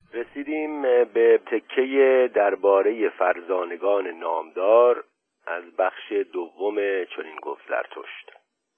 رسیدیم به تکه درباره فرزانگان نامدار از بخش دوم چنین گفت زرتشت: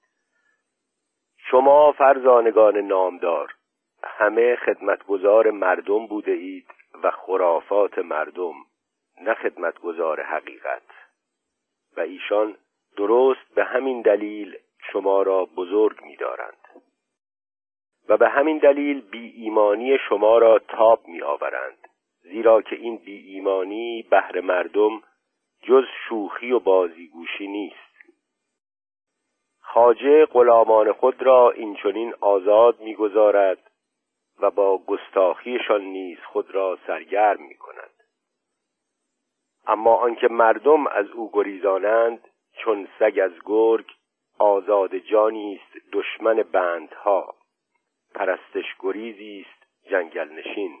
شما فرزانگان نامدار همه خدمتگزار مردم بوده اید و خرافات مردم، نه خدمتگزار حقیقت، و ایشان درست به همین دلیل شما را بزرگ می دارند و به همین دلیل بی ایمانی شما را تاب می آورند، زیرا که این بی ایمانی بهر مردم جز شوخی و بازیگوشی نیست. خواجه غلامان خود را اینچنین آزاد می گذارد و با گستاخیشان نیز خود را سرگرم می کند. اما آنکه مردم از او گریزانند چون سگ از گرگ، آزاد جانی است دشمن بندها، پرستش گریزی است جنگل نشین.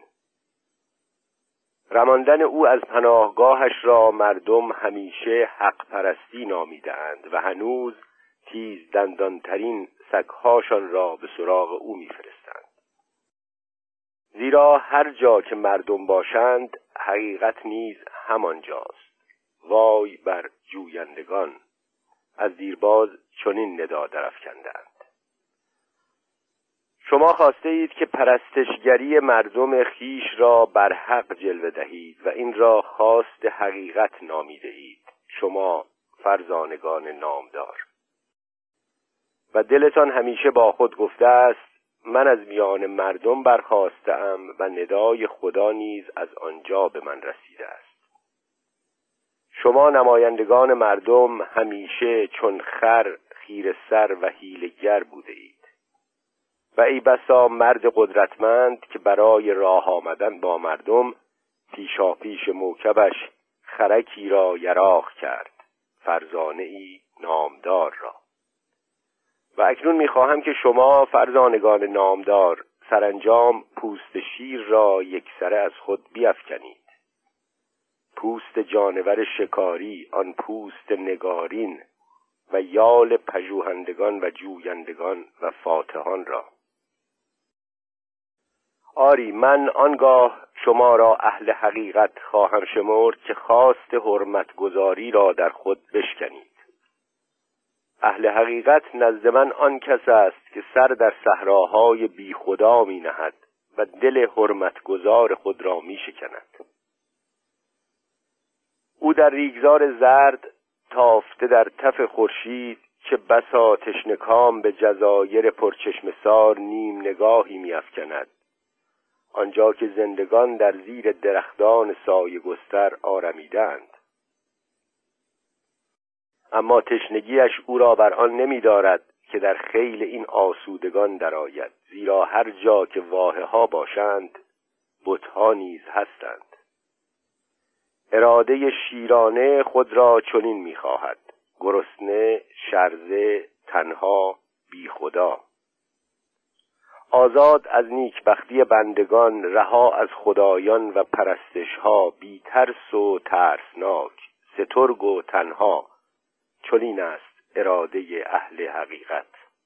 رماندن او از پناهگاهش را مردم همیشه حق پرستی نامیدند و هنوز تیز دندانترین سگهاشان را به سراغ او میفرستند. زیرا هر جا که مردم باشند حقیقت نیز همانجاست. وای بر جویندگان، از دیرباز چنین ندا درافکندند. شما خواسته اید که پرستشگری مردم خیش را بر حق جلوه دهید و این را خواست حقیقت نامیده اید، شما فرزانگان نامدار. و دلتان همیشه با خود گفته است من از میان مردم برخاسته‌ام و ندای خدا نیز از آنجا به من رسیده است. شما نمایندگان مردم همیشه چون خر خیره سر و حیله‌گر بوده اید و ای بسا مرد قدرتمند که برای راه آمدن با مردم پیشاپیش موکبش خرکی را یراق کرد، فرزانه ای نامدار را. و اکنون می‌خواهم که شما فرزانگان نامدار سرانجام پوست شیر را یکسره از خود بیفکنید. پوست جانور شکاری، آن پوست نگارین و یال پژوهندگان و جویندگان و فاتحان را. آری من آنگاه شما را اهل حقیقت خواهم شمرد که خواست حرمتگزاری را در خود بشکنید. اهل حقیقت نزد من آن کس است که سر در صحراهای بی خدا می نهد و دل حرمتگزار خود را می شکند. او در ریگزار زرد تافته در تف خورشید چه بسا تشنکام به جزایر پرچشمسار نیم نگاهی می افکند، آنجا که زندگان در زیر درختان سایه گستر آرمیدند. اما تشنگیش او را بر آن نمی دارد که در خیل این آسودگان درآید، زیرا هر جا که واهه ها باشند بت‌ها نیز هستند. اراده شیرانه خود را چنین می خواهد: گرسنه، شرزه، تنها، بی خدا. آزاد از نیکبختی بندگان، رها از خدایان و پرستش‌ها، بی ترس و ترسناک، سترگ و تنها. چنین است اراده اهل حقیقت.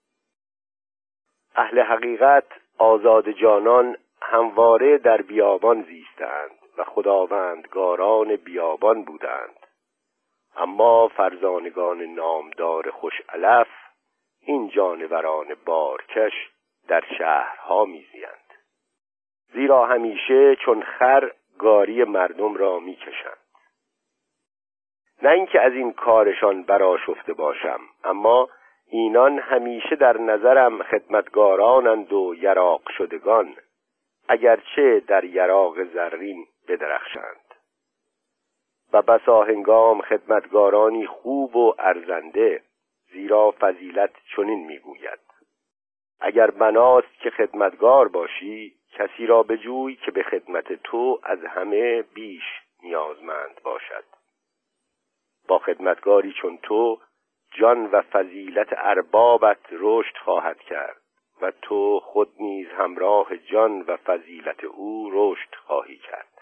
اهل حقیقت آزاد جانان همواره در بیابان زیستند و خداوندگاران بیابان بودند، اما فرزانگان نامدار خوش علف این جانوران بارکش در شهرها میزیند، زیرا همیشه چون خر گاری مردم را میکشند. نه اینکه از این کارشان برآشفته باشم، اما اینان همیشه در نظرم خدمتگارانند و یراق شدگان، اگرچه در یراق زرین بدرخشند. و بسا هنگام خدمتگارانی خوب و ارزنده، زیرا فضیلت چنین میگوید: اگر بناست که خدمتگار باشی، کسی را بجوی که به خدمت تو از همه بیش نیازمند باشد. با خدمتگاری چون تو جان و فضیلت اربابت رشد خواهد کرد و تو خود نیز همراه جان و فضیلت او رشد خواهی کرد.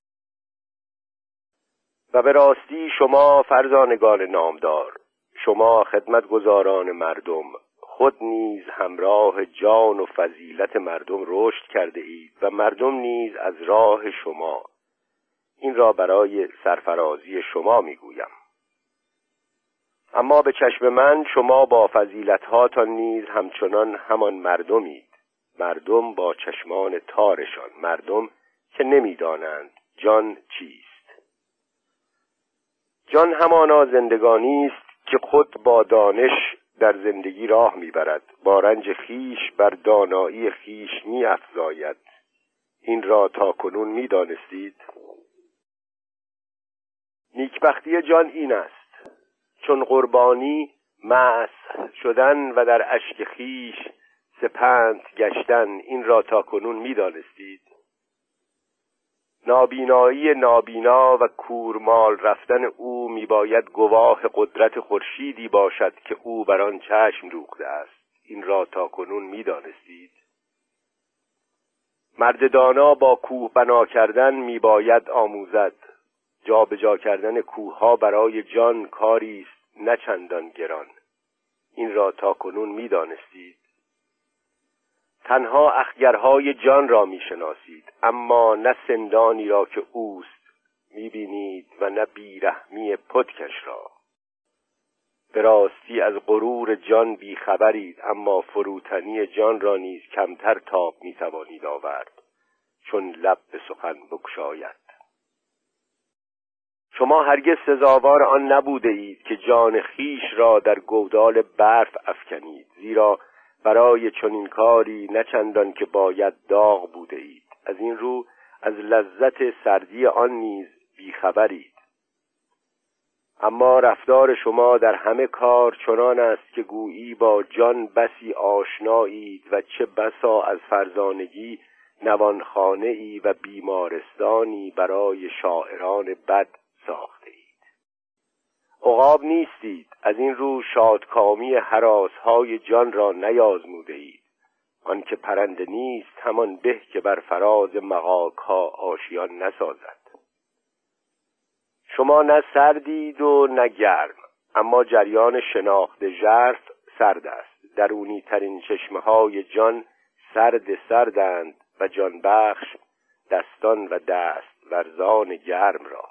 و به راستی شما فرزانگان نامدار، شما خدمتگزاران مردم، خود نیز همراه جان و فضیلت مردم رشد کرده اید و مردم نیز از راه شما. این را برای سرفرازی شما میگویم. اما به چشم من شما با فضیلت‌هاتان نیز همچنان همان مردمید، مردم با چشمان تارشان، مردم که نمی‌دانند جان چیست. جان همانا زندگانی است که خود با دانش در زندگی راه می‌برد، با رنج خیش بر دانایی خیش می‌افزاید. این را تاکنون می‌دانستید؟ نیکبختی جان این است: چون قربانی مسح شدن و در اشک خیش سپند گشتن. این را تاکنون می‌دانستید؟ نابینایی نابینا و کورمال رفتن او میباید گواه قدرت خورشیدی باشد که او بر آن چشم دوخته است. این را تاکنون می‌دانستید؟ مرد دانا با کوه بنا کردن میباید آموزد. جابجا کردن کوه‌ها برای جان کاری است نه چندان گران. این را تاکنون می‌دانستید؟ تنها اخگرهای جان را می‌شناسید، اما نه سندانی را که اوست می‌بینید و نه بیرحمی پتکش را. به راستی از غرور جان بیخبرید، اما فروتنی جان را نیز کمتر تاب می‌توانید آورد، چون لب به سخن بگشاید. شما هرگز سزاوار آن نبوده اید که جان خیش را در گودال برف افکنید، زیرا برای چنین کاری نه چندان که باید داغ بوده اید. از این رو از لذت سردی آن نیز بیخبرید. اما رفتار شما در همه کار چنان است که گویی با جان بسی آشنایید و چه بسا از فرزانگی نوانخانه‌ای و بیمارستانی برای شاعران بد ساخته اید. عقاب نیستید، از این رو شادکامی هراس‌های جان را نیازموده اید. آن که پرنده نیست همان به که بر فراز مغاک‌ها آشیان نسازد. شما نه سردید و نه گرم، اما جریان شناخت ژرف سرد است. درونی ترین چشمه‌های جان سردند و جان بخش دستان و دست ورزان گرم را.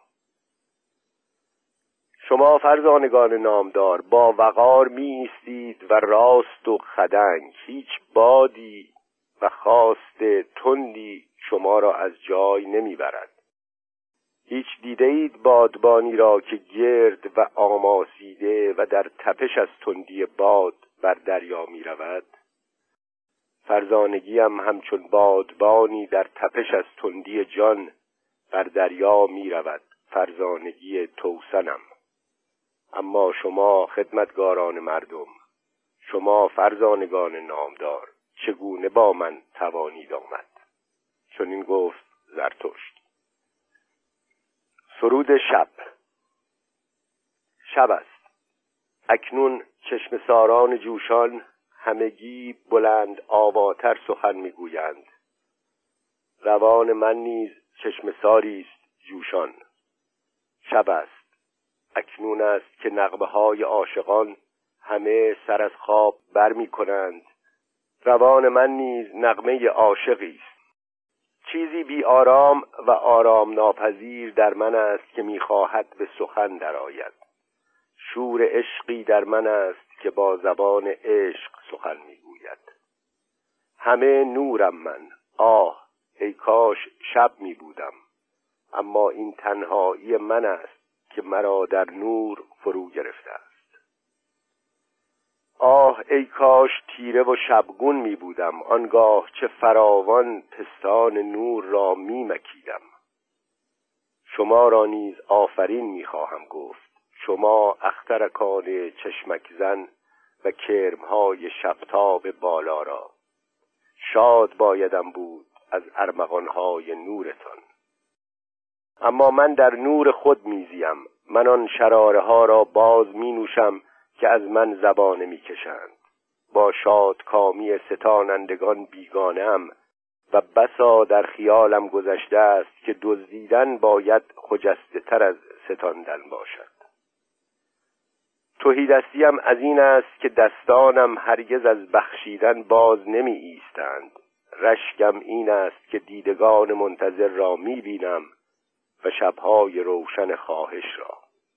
شما فرزانگان نامدار با وقار می ایستید و راست و خدنگ. هیچ بادی و خواست تندی شما را از جای نمی برد. هیچ دیده اید بادبانی را که گرد و آماسیده و در تپش از تندی باد بر دریا می رود؟ فرزانگیم همچون بادبانی در تپش از تندی جان بر دریا می رود. فرزانگی توسنم. اما شما خدمتگاران مردم، شما فرزانگان نامدار، چگونه با من توانید آمد؟ چون این گفت زرتشت. سرود شب. شب است. اکنون چشم ساران جوشان همگی بلند آواتر سخن میگویند. روان من نیز چشم ساری است جوشان. شب است. اکنون است که نغمه‌های عاشقان همه سر از خواب برمی کنند. روان من نیز نغمه عاشقی است. چیزی بی آرام و آرام ناپذیر در من است که می‌خواهد به سخن درآید. شور عشقی در من است که با زبان عشق سخن می‌گوید. همه نورم من. آه ای کاش شب می‌بودم، اما این تنهایی من است که مرا در نور فرو گرفته است. آه ای کاش تیره و شبگون می بودم، آنگاه چه فراوان پستان نور را می مکیدم. شما را نیز آفرین می خواهم گفت، شما اخترکان چشمک زن و کرمهای شبتاب بالا را. شاد بایدم بود از ارمغانهای نورتان. اما من در نور خود میزیم. من آن شراره ها را باز می نوشم که از من زبانه می کشند. با شادکامی ستانندگان بیگانه‌ام و بسا در خیالم گذشته است که دزدیدن باید خجسته تر از ستاندن باشد. تهیدستیم از این است که دستانم هرگز از بخشیدن باز نمی ایستند. رشکم این است که دیدگان منتظر را می بینم و شبهای روشن خواهش را.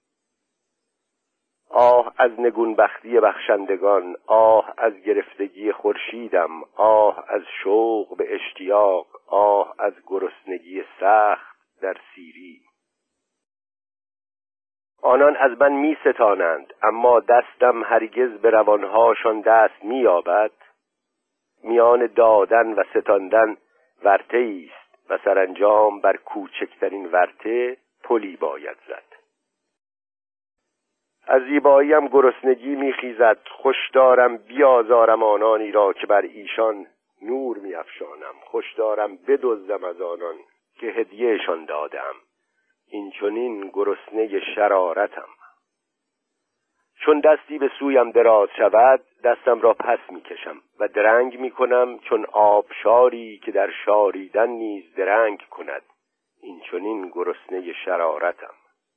آه از نگونبختی بخشندگان، آه از گرفتگی خورشیدم، آه از شوق به اشتیاق، آه از گرسنگی سخت در سیری. آنان از من می ستانند، اما دستم هرگز به روانهاشان دست می یابد. میان دادن و ستاندن ورطه است و سرانجام بر کوچکترین ورطه پلی باید زد. از زیباییم گرسنگی می‌خیزد، خوش دارم بیازارم آنانی را که بر ایشان نور می‌افشانم، خوش دارم بدزدم از آنان که هدیهشان دادم. این چنین گرسنه شرارتم. چون دستی به سویم دراز شود دستم را پس می‌کشم و درنگ می‌کنم چون آبشاری که در شاریدن نیز درنگ کند. این چنین گرسنه شرارتم.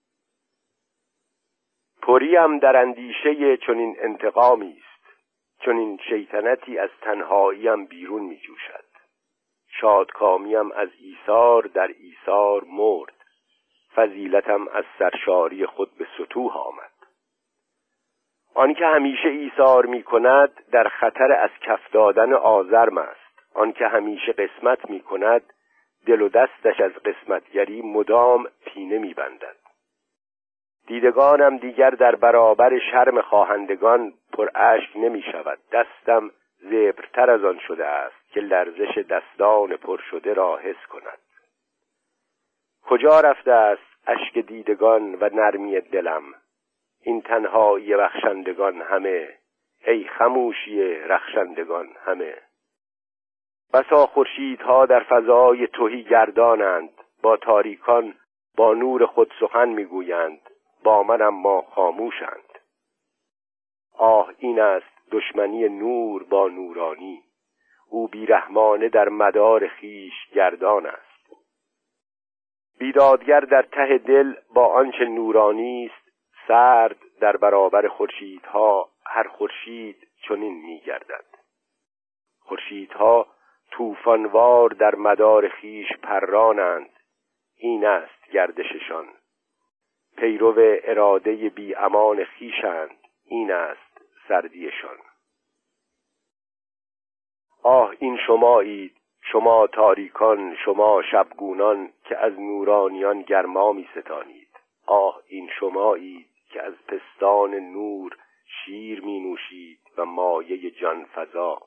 پریم در اندیشه چنین انتقامی است، چنین شیطنتی از تنهاییم بیرون می جوشد. شادکامیم از ایثار در ایثار مرد، فضیلتم از سرشاری خود به سطوح آمد. آن که همیشه ایثار می کند در خطر از کف دادن آزرم است. آن که همیشه قسمت می کند دل و دستش از قسمتگری مدام پینه می بندد. دیدگانم دیگر در برابر شرم خواهندگان پر اشک نمی شود. دستم زبرتر از آن شده است که لرزش دستان پر شده را حس کند. کجا رفته است اشک دیدگان و نرمی دلم؟ این تنهایی بخشندگان همه، ای خموشی رخشندگان همه. بسا خورشیدها در فضای تهی گردانند، با تاریکان با نور خود سخن میگویند، با من اما خاموشند. آه این است دشمنی نور با نورانی، او بیرحمانه در مدار خیش گردان است. بیدادگر در ته دل با آنچه نورانی است، سرد در برابر خورشیدها هر خورشید چنین میگردد. خورشیدها طوفانوار در مدار خیش پرانند، این است گردششان. پیرو اراده بی امان خیشند، این است سردیشان. آه این شمایید، شما تاریکان، شما شبگونان که از نورانیان گرما می ستانید. آه این شمایید که از پستان نور شیر می نوشید و مایه جان فضا.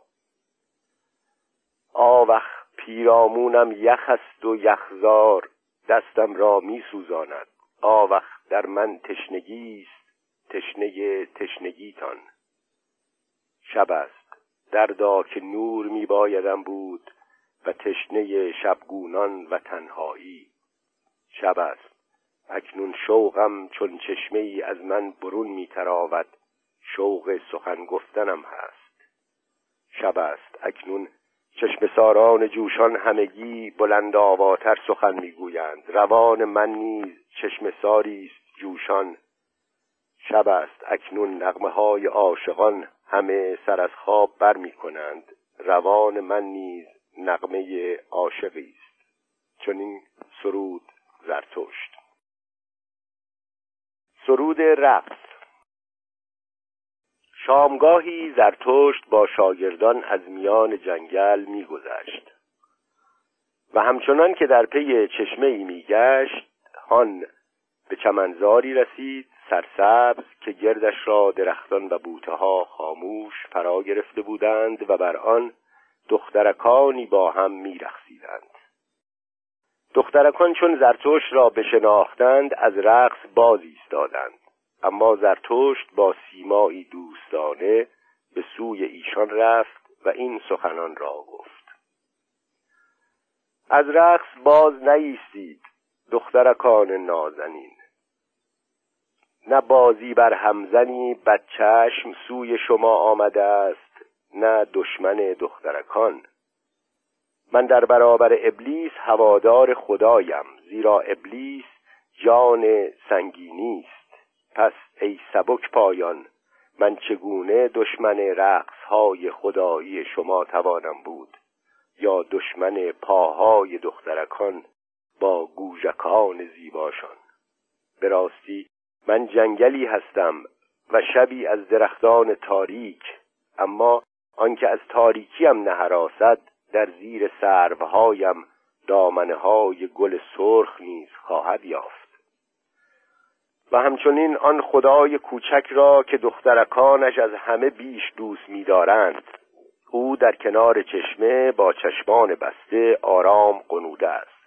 آوخ پیرامونم یخ است و یخزار، دستم را می سوزاند. آوخ در من تشنگی است، تشنه تشنگیتان. شب است دردا که نور می بایدم بود و تشنه شبگونان و تنهایی. شب است اکنون شوقم چون چشمه ای از من برون می تراود، شوق سخن گفتنم هست. شب است اکنون چشم ساران جوشان همگی بلند آواتر سخن میگویند، روان من نیز چشم ساری است جوشان. شب است اکنون نغمه های عاشقان همه سر از خواب بر می کنند، روان من نیز نغمه عاشقی است. چنین سرود زرتشت. سرود رقص. شامگاهی زرتشت با شاگردان از میان جنگل می‌گذشت و همچنان که در پی چشمه‌ای می‌گشت، هان به چمنزاری رسید سرسبز که گردش را درختان و بوته‌ها خاموش فرا گرفته بودند و بر آن دخترکانی با هم می‌رقصیدند. دخترکان چون زرتشت را بشناختند از رقص باز ایستادند، اما زرتشت با سیمایی دوستانه به سوی ایشان رفت و این سخنان را گفت: از رقص باز نایستید دخترکان نازنین، نه بازی بر همزنی بدچشم سوی شما آمده است، نه دشمن دخترکان. من در برابر ابلیس هوادار خدایم، زیرا ابلیس جان سنگینی است. پس ای سبک پایان من چگونه دشمن رقص‌های خدایی شما توانم بود، یا دشمن پاهای دخترکان با گوژکان زیباشان؟ به راستی من جنگلی هستم و شبی از درختان تاریک، اما آنکه از تاریکیم نهراسد در زیر سروهایم دامنه‌های گل سرخ نیز خواهد یافت. و همچنین آن خدای کوچک را که دخترکانش از همه بیش دوست می‌دارند، او در کنار چشمه با چشمان بسته آرام غنوده است.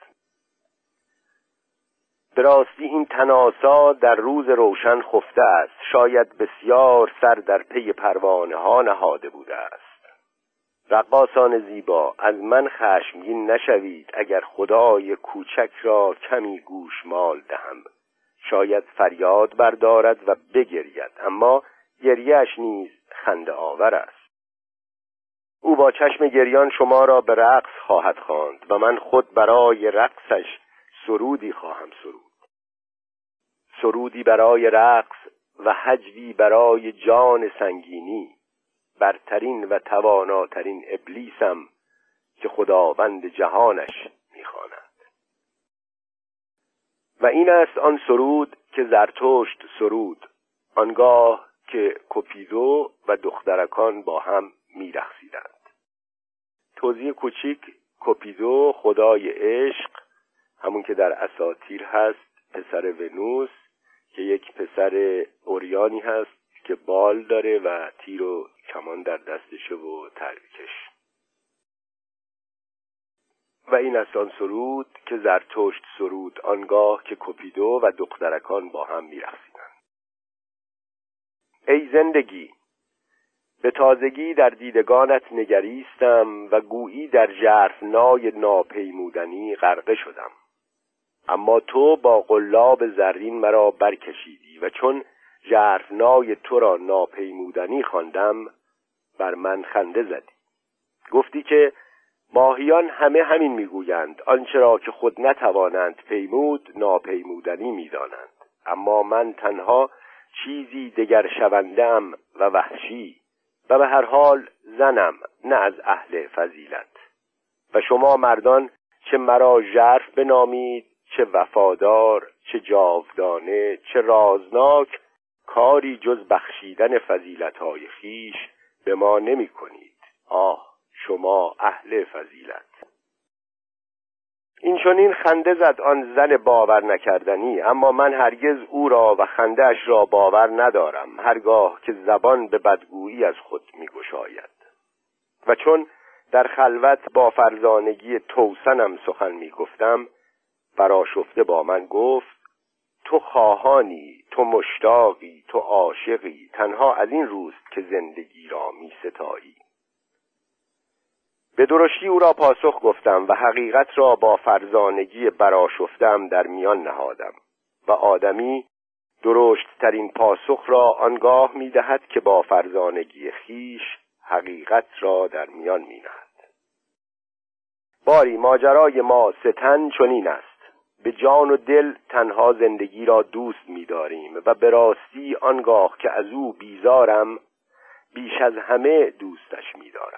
به راستی این تناسا در روز روشن خفته است، شاید بسیار سر در پی پروانه ها نهاده بوده است. رقاصان زیبا، از من خشمگین نشوید اگر خدای کوچک را کمی گوشمال دهم. شاید فریاد بردارد و بگرید، اما گریه‌اش نیز خنده آور است. او با چشم گریان شما را به رقص خواهد خواند و من خود برای رقصش سرودی خواهم سرود. سرودی برای رقص و هجوی برای جان سنگینی. برترین و تواناترین ابلیسم که خداوند جهانش می‌خواند. و این است آن سرود که زرتشت سرود، آنگاه که کوپیدو و دخترکان با هم می‌رقصیدند. توضیح کوچیک: کوپیدو خدای عشق، همون که در اساطیر هست، پسر ونوس که یک پسر اوریانی هست که بال داره و تیر و کمان در دستشه و ترکش. و این است آن سرود که زرتشت سرود، آنگاه که کوپیدو و دخترکان با هم می‌رقصیدند. ای زندگی، به تازگی در دیدگانت نگریستم و گویی در ژرفنای ناپیمودنی غرقه شدم. اما تو با قلاب زرین مرا برکشیدی و چون ژرفنای تو را ناپیمودنی خواندم بر من خنده زدی. گفتی که ماهیان همه همین میگویند، آنچه را که خود نتوانند پیمود ناپیمودنی میدانند، اما من تنها چیزی دگر شونده‌ام و وحشی و به هر حال زنم، نه از اهل فضیلت. و شما مردان چه مرا ژرف بنامید، چه وفادار، چه جاودانه، چه رازناک، کاری جز بخشیدن فضیلت‌های خیش به ما نمی کنید. آه شما اهل فضیلت. این چنین خنده زد آن زن باور نکردنی، اما من هرگز او را و خنده‌اش را باور ندارم هرگاه که زبان به بدگویی از خود می‌گشاید. و چون در خلوت با فرزانگی توسنم سخن می‌گفتم، برآشفته با من گفت: تو خواهانی، تو مشتاقی، تو عاشقی، تنها از این روست که زندگی را می‌ستایی. به درشتی او را پاسخ گفتم و حقیقت را با فرزانگی برآشفته‌ام در میان نهادم. و آدمی درشت‌ترین پاسخ را آنگاه می‌دهد که با فرزانگی خیش حقیقت را در میان می‌نهد. باری ماجرای ما ستن چنین است: به جان و دل تنها زندگی را دوست می‌داریم و به راستی آنگاه که از او بیزارم بیش از همه دوستش می‌دارم.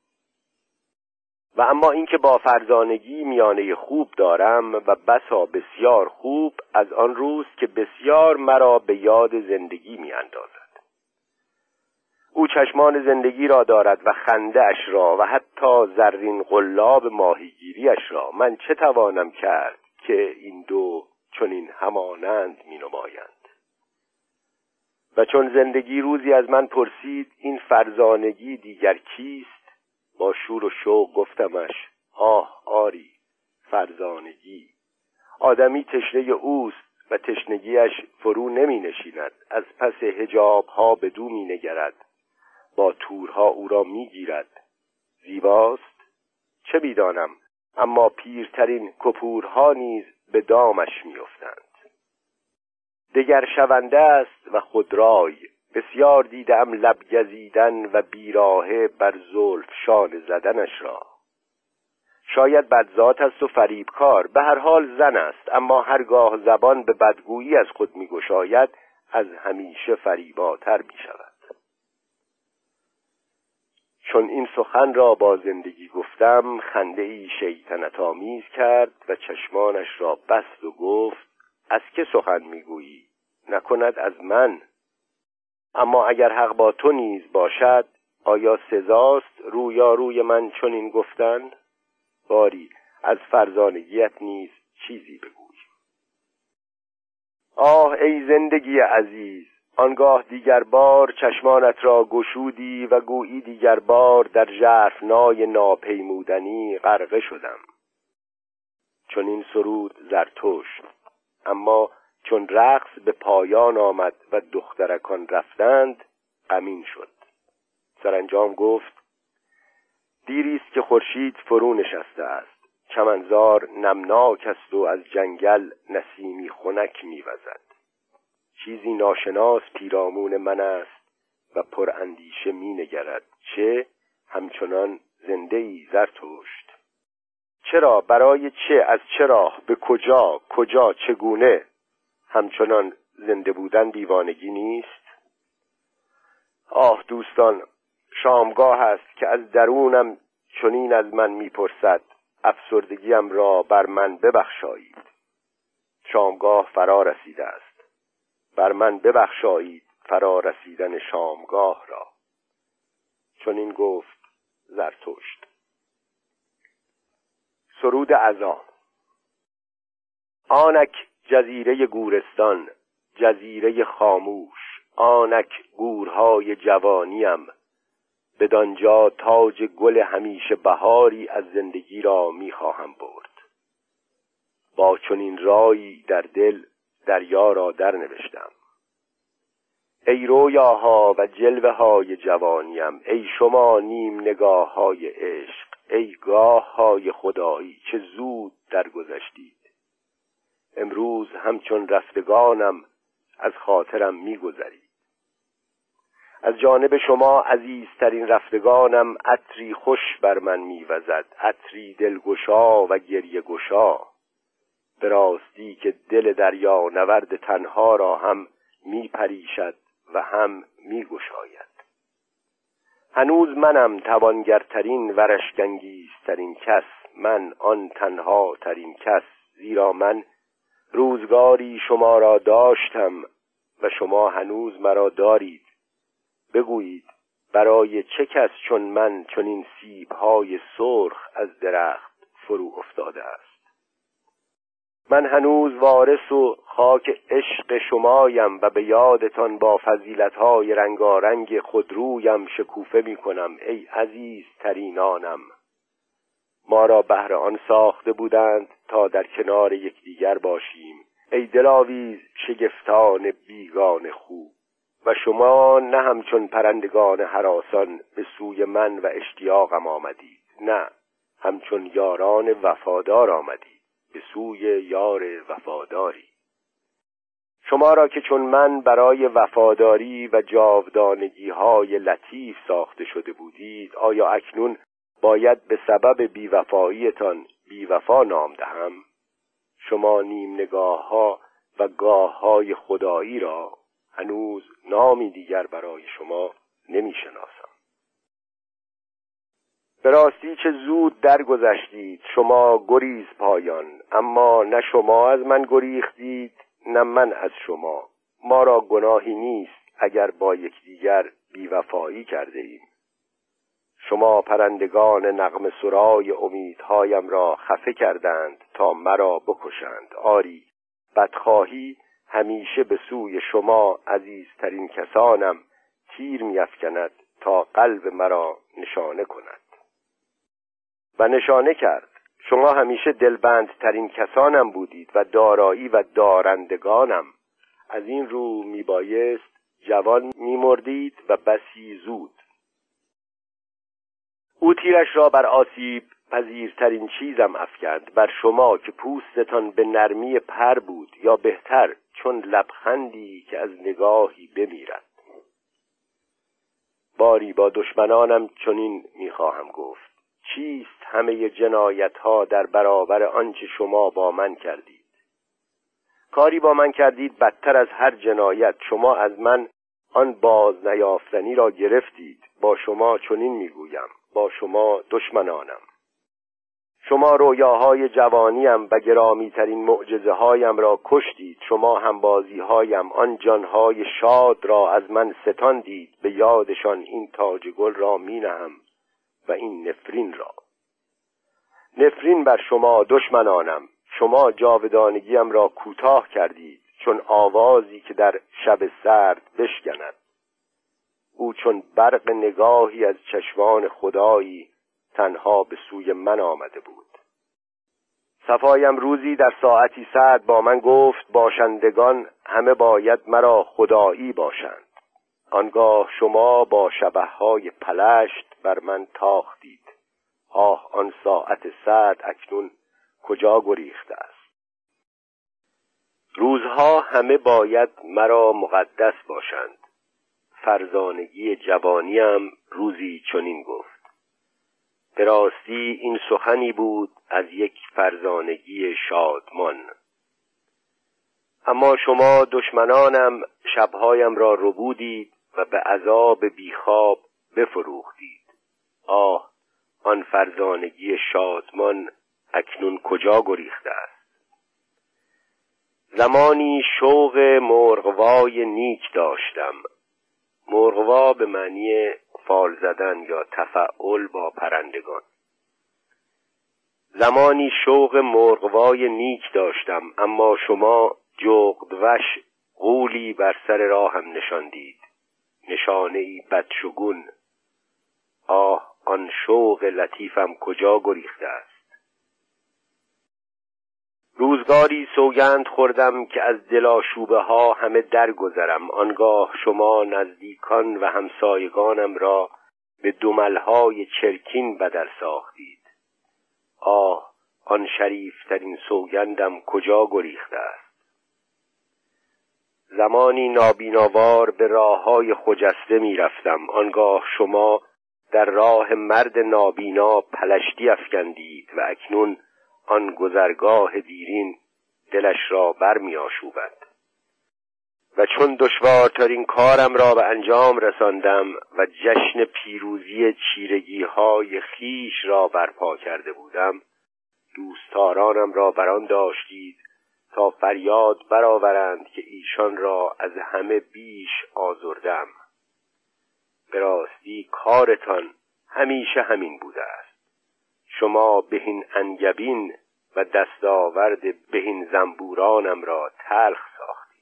و اما اینکه با فرزانگی میانه خوب دارم و بسا بسیار خوب، از آن روست که بسیار مرا به یاد زندگی میاندازد. او چشمان زندگی را دارد و خنده اش را و حتی زرین قلاب ماهیگیریش را. من چه توانم کرد که این دو چنین همانند می نمایند؟ و چون زندگی روزی از من پرسید این فرزانگی دیگر کیست، با شور و شوق گفتمش: آه آری، فرزانگی. آدمی تشنه اوست و تشنگیش فرو نمی نشیند. از پس حجاب ها به دو می نگرد، با تورها او را می گیرد. زیباست؟ چه می دانم، اما پیرترین کپورها نیز به دامش می افتند. دگر شونده است و خودرای. بسیار دیدم لب گزیدن و بیراهه بر زلف شانه زدنش را. شاید بدذات است و فریبکار، به هر حال زن است، اما هرگاه زبان به بدگویی از خود می‌گشاید از همیشه فریباتر می‌شود. چون این سخن را با زندگی گفتم، خنده ای شیطنت آمیز کرد و چشمانش را بست و گفت: از که سخن میگویی؟ نکند از من. اما اگر حق با تو نیز باشد، آیا سزاست روی من چنین گفتن؟ باری از فرزانگیت نیز چیزی بگوی. آه ای زندگی عزیز، آنگاه دیگر بار چشمانت را گشودی و گویی دیگر بار در ژرفنای ناپیمودنی غرقه شدم. چون این سرود زرتشت، اما چون رقص به پایان آمد و دخترکان رفتند غمین شد. سرانجام گفت: دیریست که خورشید فرو نشسته است، چمنزار نمناک است و از جنگل نسیمی خنک می‌وزد. چیزی ناشناس پیرامون من است و پر اندیشه می‌نگرد. چه؟ همچنان زنده‌ای زرتشت؟ چرا؟ برای چه؟ از چه راه؟ به کجا؟ چگونه؟ همچنان زنده بودن دیوانگی نیست؟ آه دوستان، شامگاه است که از درونم چنین از من میپرسد: افسردگیم را بر من ببخشایید. شامگاه فرا رسیده است. بر من ببخشایید فرا رسیدن شامگاه را. چنین گفت زرتشت. سرود عزا. آنک جزیره گورستان، جزیره خاموش، آنک گورهای جوانیم، بدانجا تاج گل همیشه بهاری از زندگی را میخواهم برد. با چنین رایی در دل دریا را در نوشتم. ای رویاها و جلوه های جوانیم، ای شما نیم نگاه های عشق، ای گاه های خدایی، چه زود درگذشتید. امروز همچون رفتگانم از خاطرم می‌گذرید. از جانب شما عزیزترین رفتگانم عطری خوش بر من می‌وزد، عطری دلگشا و گریه گشا. به راستی که دل دریا نورد تنها را هم می‌پریشد و هم می‌گشاید. هنوز منم توانگرترین و رشک‌انگیزترین کس، من آن تنها ترین کس، زیرا من روزگاری شما را داشتم و شما هنوز مرا دارید. بگویید برای چه کس چون من چنین سیب‌های سرخ از درخت فرو افتاده است؟ من هنوز وارث و خاک عشق شمایم و به یادتان با فضیلت‌های رنگارنگ خودرویم شکوفه می‌کنم. ای عزیز ترینانم، ما را بهر آن ساخته بودند تا در کنار یکدیگر باشیم. ای دلاویز شگفتان بیگان خوب، و شما نه همچون پرندگان هراسان به سوی من و اشتیاقم آمدید، نه همچون یاران وفادار آمدید به سوی یار وفاداری. شما را که چون من برای وفاداری و جاودانگی‌های لطیف ساخته شده بودید، آیا اکنون باید به سبب بیوفاییتان بیوفا نام دهم؟ شما نیم نگاه‌ها و گاه‌های خدایی را هنوز نامی دیگر برای شما نمی‌شناسم. به راستی چه زود درگذشتید شما گریز پایان، اما نه شما از من گریختید نه من از شما. ما را گناهی نیست اگر با یکدیگر بیوفایی کرده ایم. شما پرندگان نغمه سرای امیدهایم را خفه کردند تا مرا بکشند. آری، بدخواهی همیشه به سوی شما عزیزترین کسانم تیر می‌افکند تا قلب مرا نشانه کند. و نشانه کرد. شما همیشه دلبندترین کسانم بودید و دارایی و دارندگانم. از این رو میبایست جوان میمردید و بسی زود. او تیرش را بر آسیب پذیرترین چیزم افکند، بر شما که پوستتان به نرمی پر بود، یا بهتر چون لبخندی که از نگاهی بمیرد. باری با دشمنانم چنین میخواهم گفت: چیست همه جنایت‌ها در برابر آنچه شما با من کردید؟ کاری با من کردید بدتر از هر جنایت. شما از من آن باز نیافتنی را گرفتید. با شما چنین میگویم: با شما دشمنانم. شما رویاهای جوانیم و گرامی‌ترین معجزه‌هایم را کشتید. شما همبازی‌هایم، آن جان‌های شاد را از من ستاندید. به یادشان این تاج گل را می‌نهم و این نفرین را. نفرین بر شما دشمنانم. شما جاودانگیم را کوتاه کردید، چون آوازی که در شب سرد بشکند. او چون برق نگاهی از چشمان خدایی تنها به سوی من آمده بود. صفایم روزی در ساعتی سرد با من گفت: باشندگان همه باید مرا خدایی باشند. آنگاه شما با شبحهای پلشت بر من تاختید. آه، آن ساعت سرد اکنون کجا گریخته است؟ روزها همه باید مرا مقدس باشند. فرزانگی جوانیم روزی چنین گفت. به راستی این سخنی بود از یک فرزانگی شادمان. اما شما دشمنانم شبهایم را ربودید و به عذاب بیخواب بفروختید. آه، آن فرزانگی شادمان اکنون کجا گریخته است؟ زمانی شوق مرغوای نیک داشتم. مرغوا به معنی فال زدن یا تفاعل با پرندگان. زمانی شوق مرغوای نیک داشتم، اما شما جغدوش غولی بر سر راهم نشاندید، نشانه‌ای بدشگون. آه، آن شوق لطیفم کجا گریخته است؟ روزگاری سوگند خوردم که از دلاشوبه ها همه درگذرم. آنگاه شما نزدیکان و همسایگانم را به دملهای چرکین بدل ساختید. آه، آن شریفترین سوگندم کجا گریخته است؟ زمانی نابیناوار به راههای خجسته می رفتم. آنگاه شما در راه مرد نابینا پلشتی افکندید و اکنون آن گذرگاه دیرین دلش را برمی آشوبد. و چون دشوارترین کارم را به انجام رساندم و جشن پیروزی چیرگی های خیش را برپا کرده بودم، دوستدارانم را بران داشتید تا فریاد برآورند که ایشان را از همه بیش آزردم. به راستی کارتان همیشه همین بوده است. شما بهین انگبین و دستاورد بهین زنبورانم را تلخ ساختید.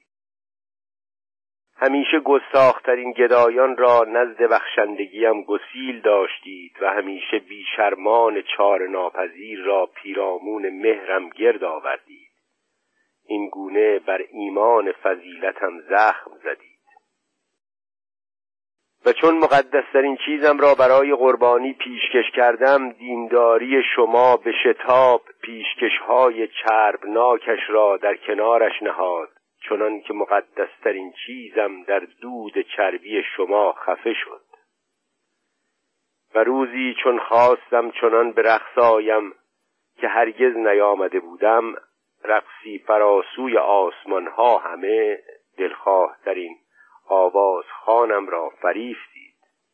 همیشه گستاخ‌ترین گدایان را نزد بخشندگیم گسیل داشتید و همیشه بیشرمان چاره ناپذیر را پیرامون مهرم گرد آوردید. این گونه بر ایمان فضیلتم زخم زدید. و چون مقدسترین چیزم را برای قربانی پیشکش کردم، دینداری شما به شتاب پیشکش‌های چربناکش را در کنارش نهاد، چنان که مقدسترین چیزم در دود چربی شما خفه شد. و روزی چون خواستم چنان به رقص آیم که هرگز نیامده بودم، رقصی فراسوی آسمان‌ها همه، دلخواه ترین آواز خانم را فریفتید.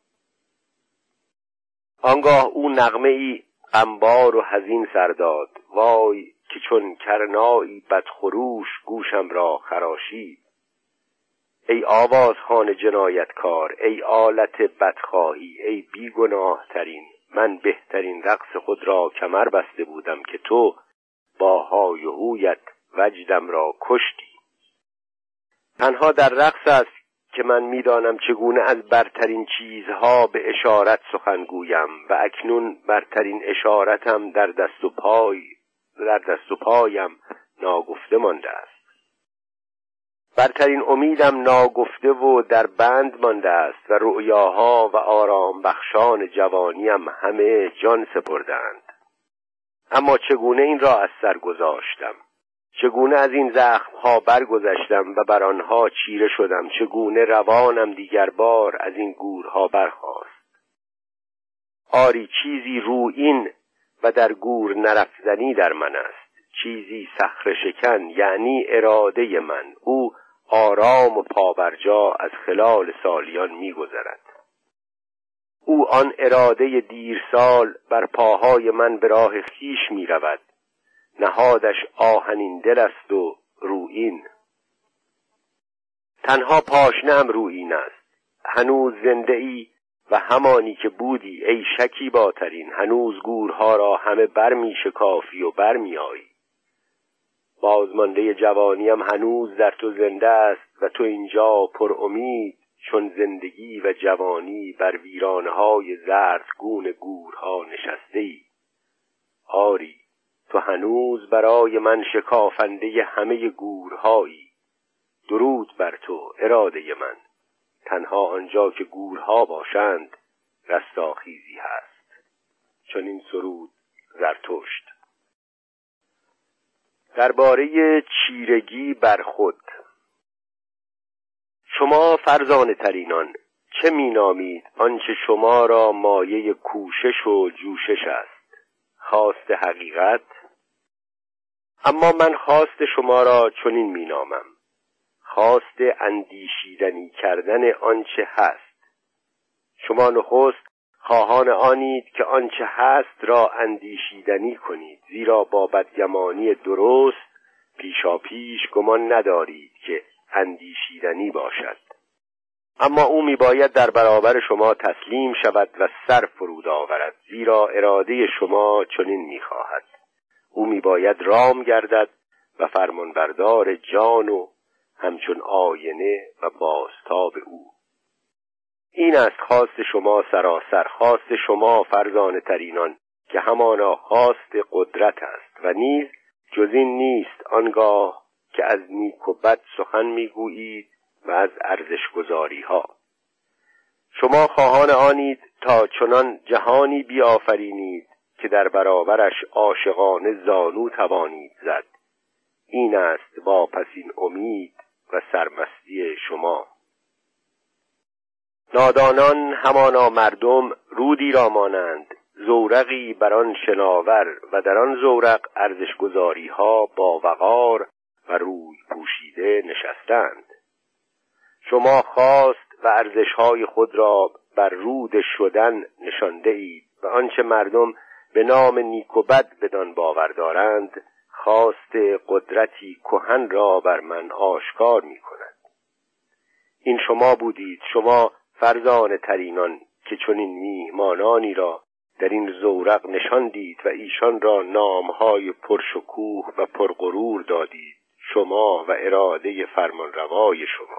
آنگاه او نغمه‌ای غمبار و حزین سر داد. وای که چون کرنایی بدخروش گوشم را خراشید. ای آوازخوان جنایتکار، ای آلت بدخواهی، ای بیگناه ترین، من بهترین رقص خود را کمر بسته بودم که تو با های و هویت وجدم را کشتی. تنها در رقص است که من میدانم چگونه از برترین چیزها به اشارت سخن گویم و اکنون برترین اشارتم در دست و پایم ناگفته مانده است. برترین امیدم ناگفته و در بند مانده است و رؤیاها و آرام بخشان جوانیم همه جان سپردند. اما چگونه این را از سر گذاشتم؟ چگونه از این زخمها برگذشتم و بر آنها چیره شدم؟ چگونه روانم دیگر بار از این گورها برخاست؟ آری چیزی رویین و در گور نرفتنی در من است، چیزی صخره شکن، یعنی اراده من. او آرام و پابرجا از خلال سالیان می‌گذرد. او آن اراده دیر سال بر پاهای من به راه خویش می رود. نهادش آهنین دل است و رویین. تنها پاشنه‌ام رویین است. هنوز زنده ای و همانی که بودی ای شکیباترین. هنوز گورها را همه بر می شکافی و بر می آیی. بازمانده جوانیم هنوز در تو زنده است و تو اینجا پر امید چون زندگی و جوانی بر ویرانه‌های زردگون گورها نشسته ای. آری، تو هنوز برای من شکافنده همه گورهایی. درود بر تو اراده من. تنها آنجا که گورها باشند رستاخیزی هست. چون این سرود زرتشت. درباره چیرگی بر خود. شما فرزانه ترینان چه می نامید آنچه شما را مایه کوشش و جوشش است؟ خواست حقیقت؟ اما من خواست شما را چنین می نامم: خواست اندیشیدنی کردن آنچه هست. شما نخست خواهان آنید که آنچه هست را اندیشیدنی کنید، زیرا با بدگمانی درست پیشاپیش گمان ندارید که اندیشیدنی باشد. اما او میباید در برابر شما تسلیم شود و سر فرود آورد، زیرا اراده شما چنین میخواهد. او میباید رام گردد و فرمانبردار جان و همچون آینه و بازتاب او. این است خواست شما سراسر، خواست شما فرزانه ترینان که همانا خواست قدرت است و نیز جز این نیست آنگاه که از نیک و بد سخن میگویید و از ارزشگذاری ها. شما خواهان آنید تا چنان جهانی بیافرینید که در برابرش عاشقانه زانو توانید زد. این است واپسین امید و سرمستی شما. نادانان همانا مردم رودی را مانند، زورقی بران شناور و در آن زورق ارزشگذاری ها با وقار و روی پوشیده نشستند. شما خواست و ارزش‌های خود را بر رود شدن نشانده اید و آنچه مردم به نام نیک و بد بدان باور دارند خواست قدرتی کهن را بر من آشکار می کند. این شما بودید، شما فرزانه ترینان که چنین میهمانانی را در این زورق نشاندید و ایشان را نامهای پرشکوه و پرغرور دادید، شما و اراده فرمانروای شما.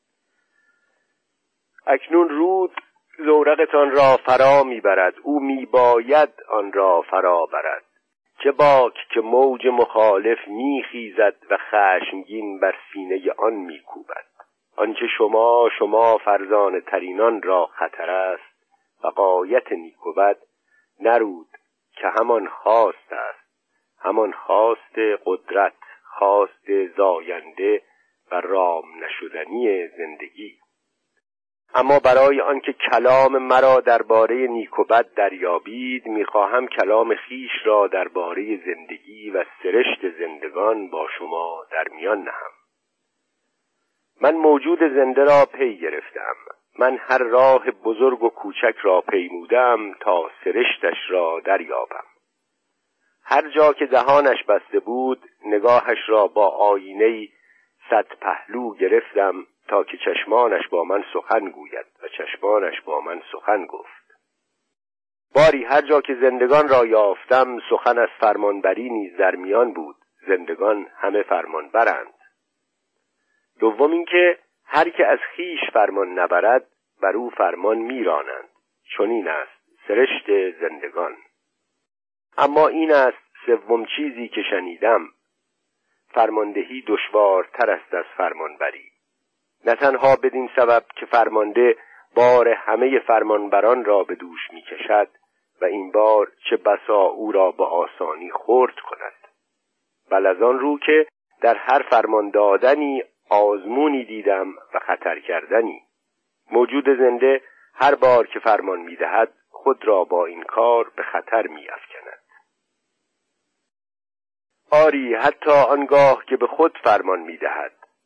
اکنون رود زورقتان را فرا میبرد، او میباید آن را فرا برد. چه باک که موج مخالف میخیزد و خشمگین بر سینه آن میکوبد. آنچه شما فرزانه ترینان را خطر است و غایت نیک و بد نرود که همان خواست است، همان خواست قدرت، خواست زاینده و رام نشدنی زندگی. اما برای آنکه کلام مرا درباره نیک و بد دریابید، میخواهم کلام خیش را درباره زندگی و سرشت زندگان با شما در میان نهم. من موجود زنده را پی گرفتم. من هر راه بزرگ و کوچک را پیمودم تا سرشتش را دریابم. هر جا که دهانش بسته بود نگاهش را با آینه‌ای 100 پهلو گرفتم تا که چشمانش با من سخن گوید و چشمانش با من سخن گفت. باری هر جا که زندگان را یافتم سخن از فرمانبری نیز در میان بود. زندگان همه فرمانبرند. دوم اینکه هر که از خیش فرمان نبرد بر او فرمان میرانند. چون این است سرشت زندگان. اما این است سوم چیزی که شنیدم: فرماندهی دشوارتر است از فرمانبری. نه تنها بدین سبب که فرمانده بار همه فرمانبران را به دوش می کشد و این بار چه بسا او را به آسانی خرد کند، بل از آن رو که در هر فرمان دادنی آزمونی دیدم و خطر کردنی. موجود زنده هر بار که فرمان می دهد خود را با این کار به خطر می افکند. آری حتی آنگاه که به خود فرمان می دهد،